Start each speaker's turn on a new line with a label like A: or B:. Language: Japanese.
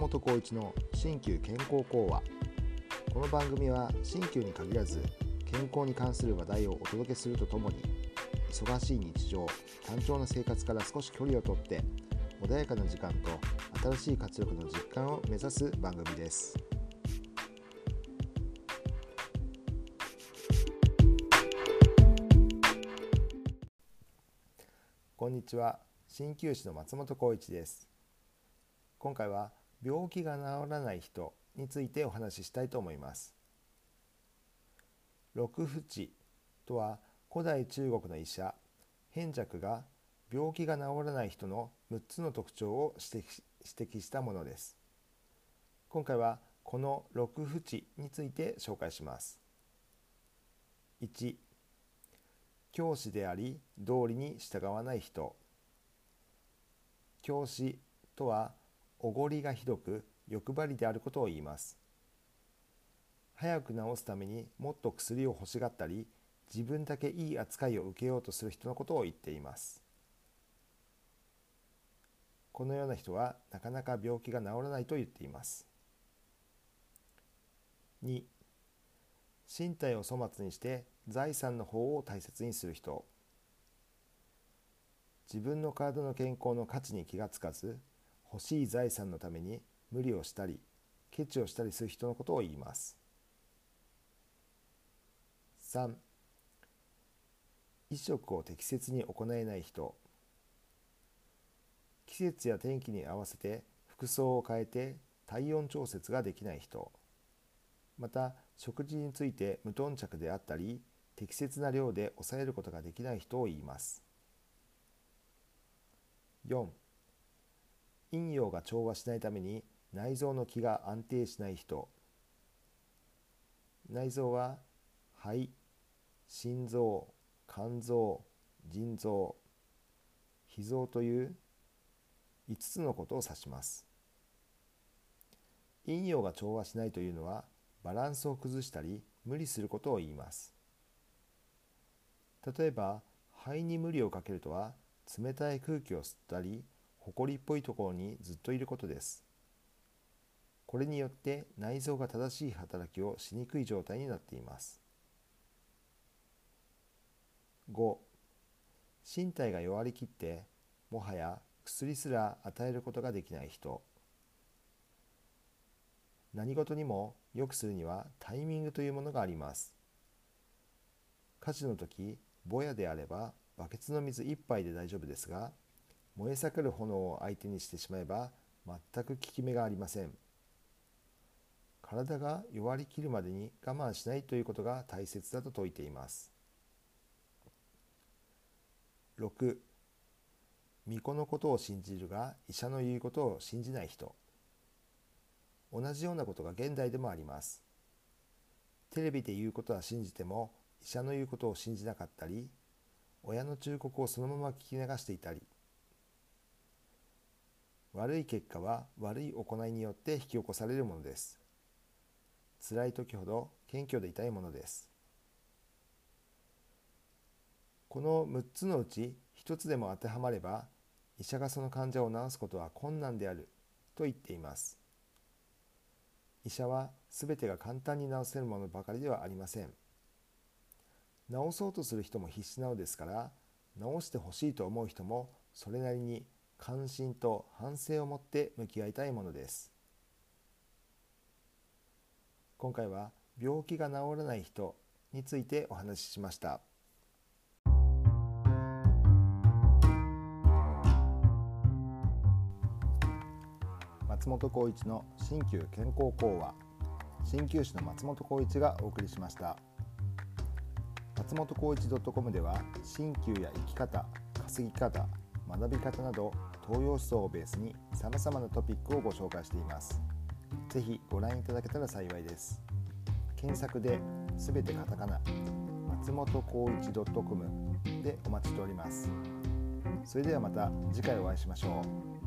A: 本浩一の新旧健康講話。この番組は新旧に限らず健康に関する話題をお届けするとともに、忙しい日常、単調な生活から少し距離をとって穏やかな時間と新しい活力の実感を目指す番組です。こんにちは、鍼灸師の松本浩一です。今回は病気が治らない人についてお話ししたいと思います。六不治とは古代中国の医者扁鹊が病気が治らない人の6つの特徴を指摘したものです。今回はこの六不治について紹介します。1、教師であり道理に従わない人。教師とはおごりがひどく欲張りであることを言います。早く治すためにもっと薬を欲しがったり、自分だけいい扱いを受けようとする人のことを言っています。このような人はなかなか病気が治らないと言っています。2、身体を粗末にして財産の方を大切にする人。自分の体の健康の価値に気がつかず、欲しい財産のために無理をしたり、ケチをしたりする人のことを言います。3、衣食を適切に行えない人。季節や天気に合わせて服装を変えて体温調節ができない人。また、食事について無頓着であったり、適切な量で抑えることができない人を言います。4、陰陽が調和しないために内臓の気が安定しない人。内臓は肺、心臓、肝臓、腎臓、脾臓という5つのことを指します。陰陽が調和しないというのはバランスを崩したり無理することを言います。例えば肺に無理をかけるとは冷たい空気を吸ったり埃っぽいところにずっといることです。これによって内臓が正しい働きをしにくい状態になっています。5、身体が弱りきってもはや薬すら与えることができない人。何事にも良くするにはタイミングというものがあります。火事の時、ぼやであればバケツの水1杯で大丈夫ですが、燃え盛る炎を相手にしてしまえば全く効き目がありません。体が弱りきるまでに我慢しないということが大切だと説いています。6、巫女のことを信じるが医者の言うことを信じない人。同じようなことが現代でもあります。テレビで言うことは信じても医者の言うことを信じなかったり、親の忠告をそのまま聞き流していたり、悪い結果は悪い行いによって引き起こされるものです。辛い時ほど謙虚でいたいものです。この6つのうち1つでも当てはまれば、医者がその患者を治すことは困難であると言っています。医者は全てが簡単に治せるものばかりではありません。治そうとする人も必死なのですから、治してほしいと思う人もそれなりに関心と反省を持って向き合いたいものです。今回は病気が治らない人についてお話ししました。松本浩一の鍼灸健康講話。鍼灸師の松本浩一がお送りしました。松本浩一 .com では鍼灸や生き方、稼ぎ方、学び方など東洋思想をベースにさまざまなトピックをご紹介しています。ぜひご覧いただけたら幸いです。検索ですべてカタカナ、松本浩一 .com でお待ちしております。それではまた次回お会いしましょう。